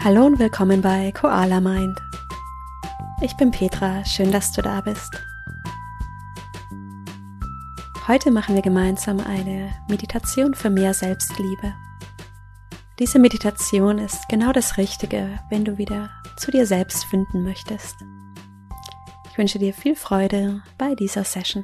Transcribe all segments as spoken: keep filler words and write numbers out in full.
Hallo und willkommen bei Koala Mind. Ich bin Petra, schön, dass du da bist. Heute machen wir gemeinsam eine Meditation für mehr Selbstliebe. Diese Meditation ist genau das Richtige, wenn du wieder zu dir selbst finden möchtest. Ich wünsche dir viel Freude bei dieser Session.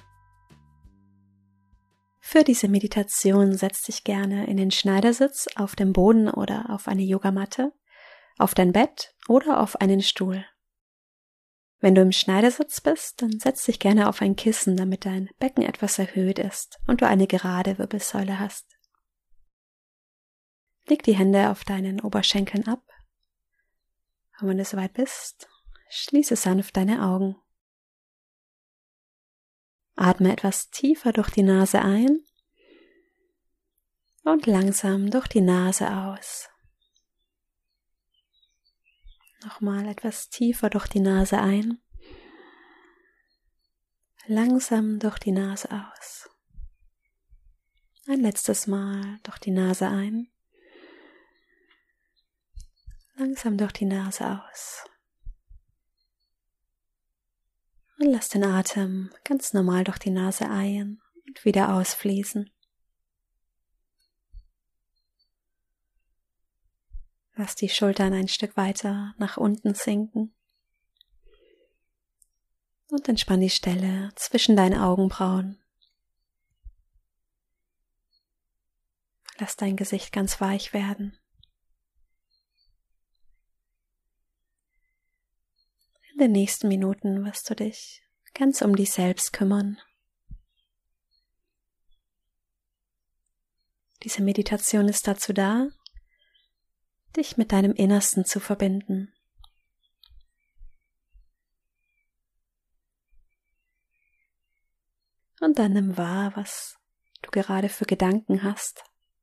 Für diese Meditation setz dich gerne in den Schneidersitz auf dem Boden oder auf eine Yogamatte, auf dein Bett oder auf einen Stuhl. Wenn du im Schneidersitz bist, dann setz dich gerne auf ein Kissen, damit dein Becken etwas erhöht ist und du eine gerade Wirbelsäule hast. Leg die Hände auf deinen Oberschenkeln ab. Und wenn du soweit bist, schließe sanft deine Augen. Atme etwas tiefer durch die Nase ein und langsam durch die Nase aus. Nochmal etwas tiefer durch die Nase ein, langsam durch die Nase aus. Ein letztes Mal durch die Nase ein, langsam durch die Nase aus. Und lass den Atem ganz normal durch die Nase ein und wieder ausfließen. Lass die Schultern ein Stück weiter nach unten sinken. Und entspann die Stelle zwischen deinen Augenbrauen. Lass dein Gesicht ganz weich werden. In den nächsten Minuten wirst du dich ganz um dich selbst kümmern. Diese Meditation ist dazu da, dich mit deinem Innersten zu verbinden. Und dann nimm wahr, was du gerade für Gedanken hast.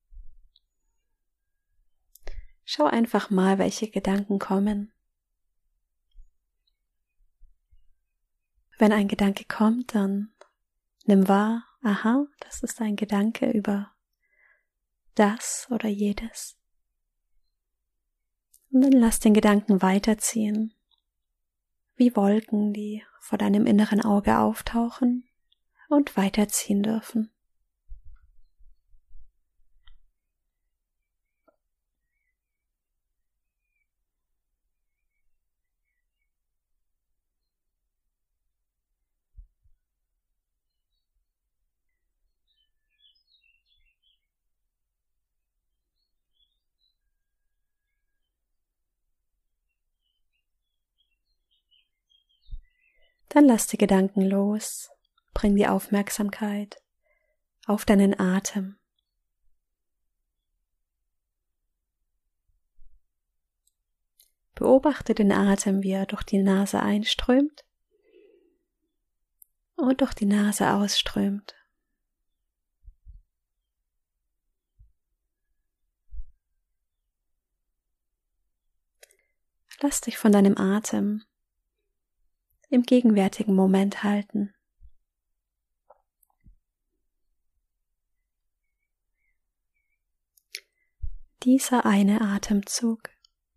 Schau einfach mal, welche Gedanken kommen. Wenn ein Gedanke kommt, dann nimm wahr, aha, das ist ein Gedanke über das oder jedes. Und dann lass den Gedanken weiterziehen, wie Wolken, die vor deinem inneren Auge auftauchen und weiterziehen dürfen. Dann lass die Gedanken los, bring die Aufmerksamkeit auf deinen Atem. Beobachte den Atem, wie er durch die Nase einströmt und durch die Nase ausströmt. Lass dich von deinem Atem im gegenwärtigen Moment halten. Dieser eine Atemzug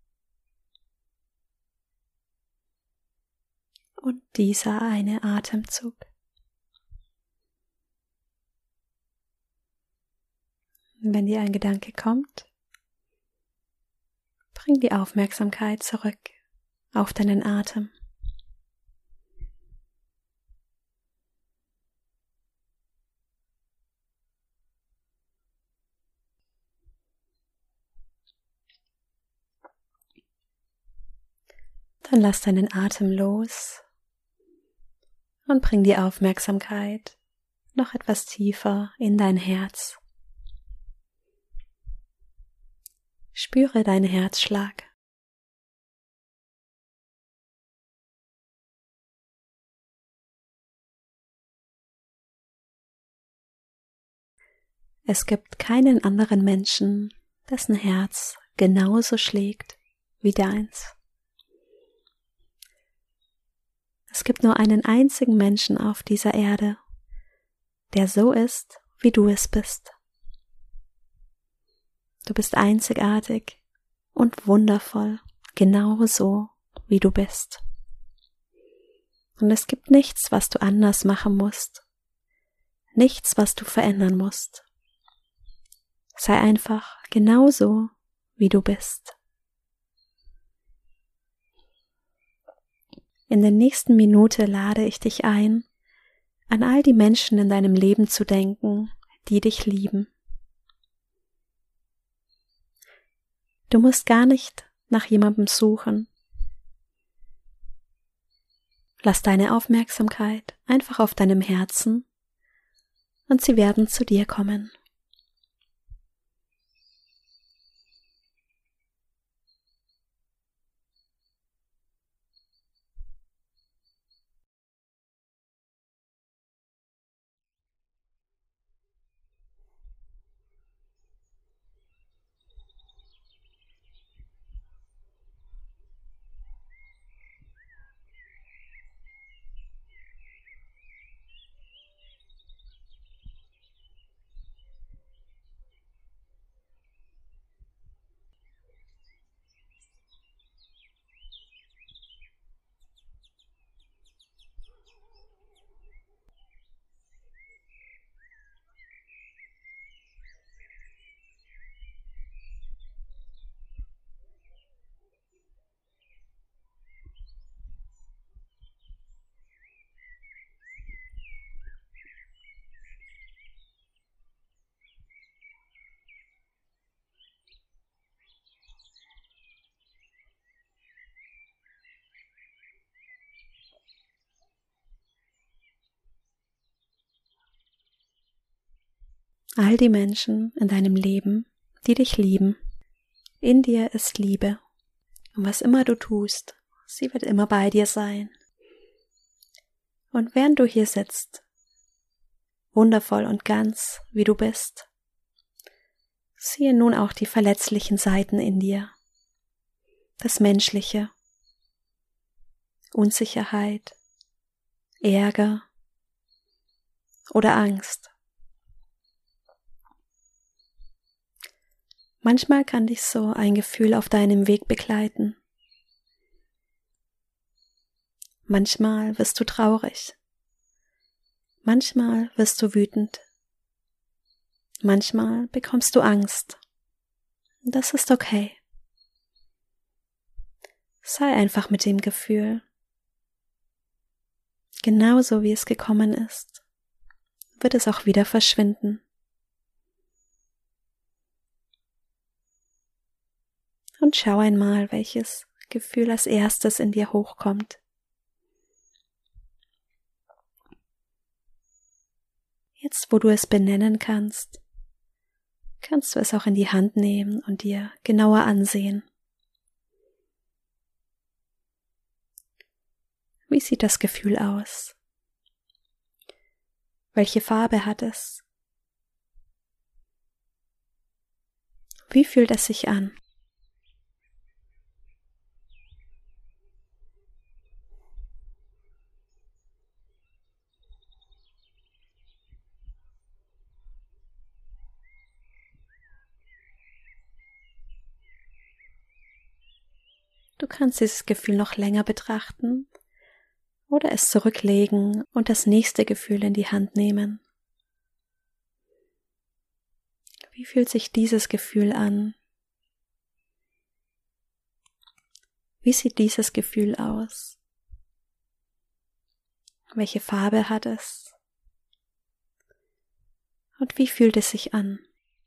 und dieser eine Atemzug. Wenn dir ein Gedanke kommt, bring die Aufmerksamkeit zurück auf deinen Atem. Dann lass deinen Atem los und bring die Aufmerksamkeit noch etwas tiefer in dein Herz. Spüre deinen Herzschlag. Es gibt keinen anderen Menschen, dessen Herz genauso schlägt wie deins. Es gibt nur einen einzigen Menschen auf dieser Erde, der so ist, wie du es bist. Du bist einzigartig und wundervoll, genau so, wie du bist. Und es gibt nichts, was du anders machen musst, nichts, was du verändern musst. Sei einfach genauso, wie du bist. In der nächsten Minute lade ich dich ein, an all die Menschen in deinem Leben zu denken, die dich lieben. Du musst gar nicht nach jemandem suchen. Lass deine Aufmerksamkeit einfach auf deinem Herzen und sie werden zu dir kommen. All die Menschen in deinem Leben, die dich lieben. In dir ist Liebe. Und was immer du tust, sie wird immer bei dir sein. Und während du hier sitzt, wundervoll und ganz, wie du bist, siehe nun auch die verletzlichen Seiten in dir. Das Menschliche, Unsicherheit, Ärger oder Angst. Manchmal kann dich so ein Gefühl auf deinem Weg begleiten. Manchmal wirst du traurig. Manchmal wirst du wütend. Manchmal bekommst du Angst. Das ist okay. Sei einfach mit dem Gefühl. Genauso wie es gekommen ist, wird es auch wieder verschwinden. Und schau einmal, welches Gefühl als erstes in dir hochkommt. Jetzt, wo du es benennen kannst, kannst du es auch in die Hand nehmen und dir genauer ansehen. Wie sieht das Gefühl aus? Welche Farbe hat es? Wie fühlt es sich an? Du kannst dieses Gefühl noch länger betrachten oder es zurücklegen und das nächste Gefühl in die Hand nehmen. Wie fühlt sich dieses Gefühl an? Wie sieht dieses Gefühl aus? Welche Farbe hat es? Und wie fühlt es sich an?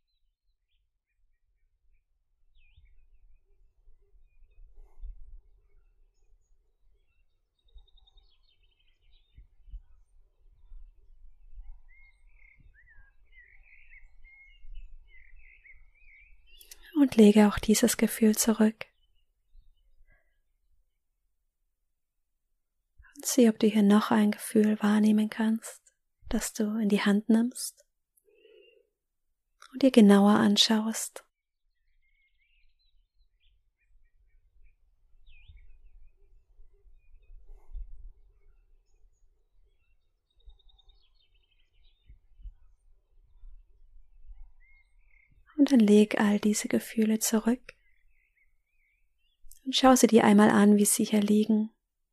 Und lege auch dieses Gefühl zurück. Und sieh, ob du hier noch ein Gefühl wahrnehmen kannst, das du in die Hand nimmst und dir genauer anschaust. Und dann leg all diese Gefühle zurück Und schau sie dir einmal an, wie sie hier liegen.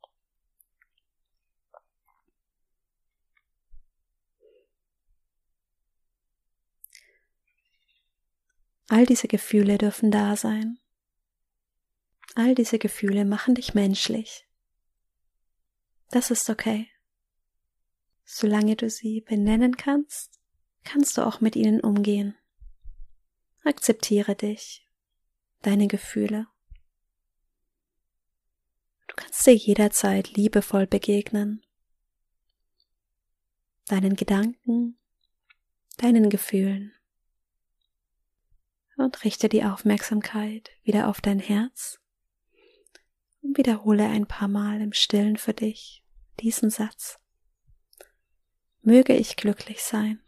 All diese Gefühle dürfen da sein. All diese Gefühle machen dich menschlich. Das ist okay. Solange du sie benennen kannst, kannst du auch mit ihnen umgehen. Akzeptiere dich, deine Gefühle. Du kannst dir jederzeit liebevoll begegnen. Deinen Gedanken, deinen Gefühlen. Und richte die Aufmerksamkeit wieder auf dein Herz und wiederhole ein paar Mal im Stillen für dich diesen Satz. Möge ich glücklich sein.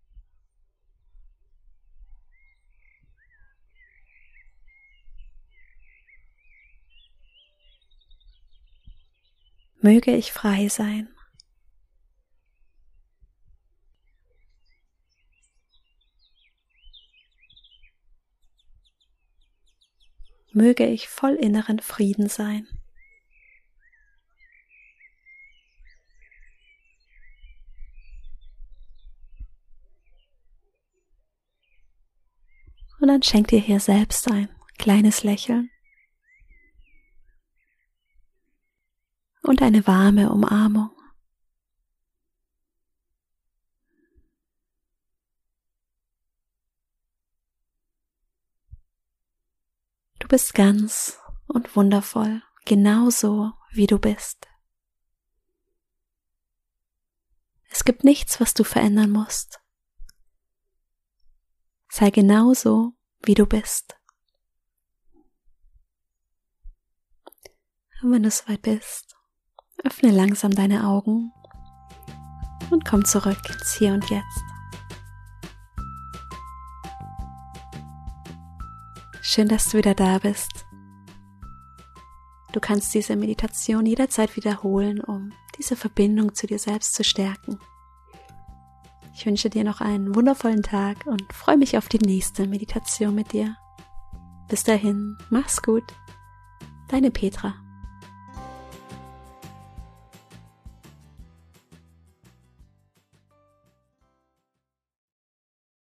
Möge ich frei sein. Möge ich voll inneren Frieden sein. Und dann schenk dir hier selbst ein kleines Lächeln und eine warme Umarmung. Du bist ganz und wundervoll, genauso wie du bist. Es gibt nichts, was du verändern musst. Sei genauso, wie du bist. Und wenn du soweit bist, öffne langsam deine Augen und komm zurück ins Hier und Jetzt. Schön, dass du wieder da bist. Du kannst diese Meditation jederzeit wiederholen, um diese Verbindung zu dir selbst zu stärken. Ich wünsche dir noch einen wundervollen Tag und freue mich auf die nächste Meditation mit dir. Bis dahin, mach's gut. Deine Petra.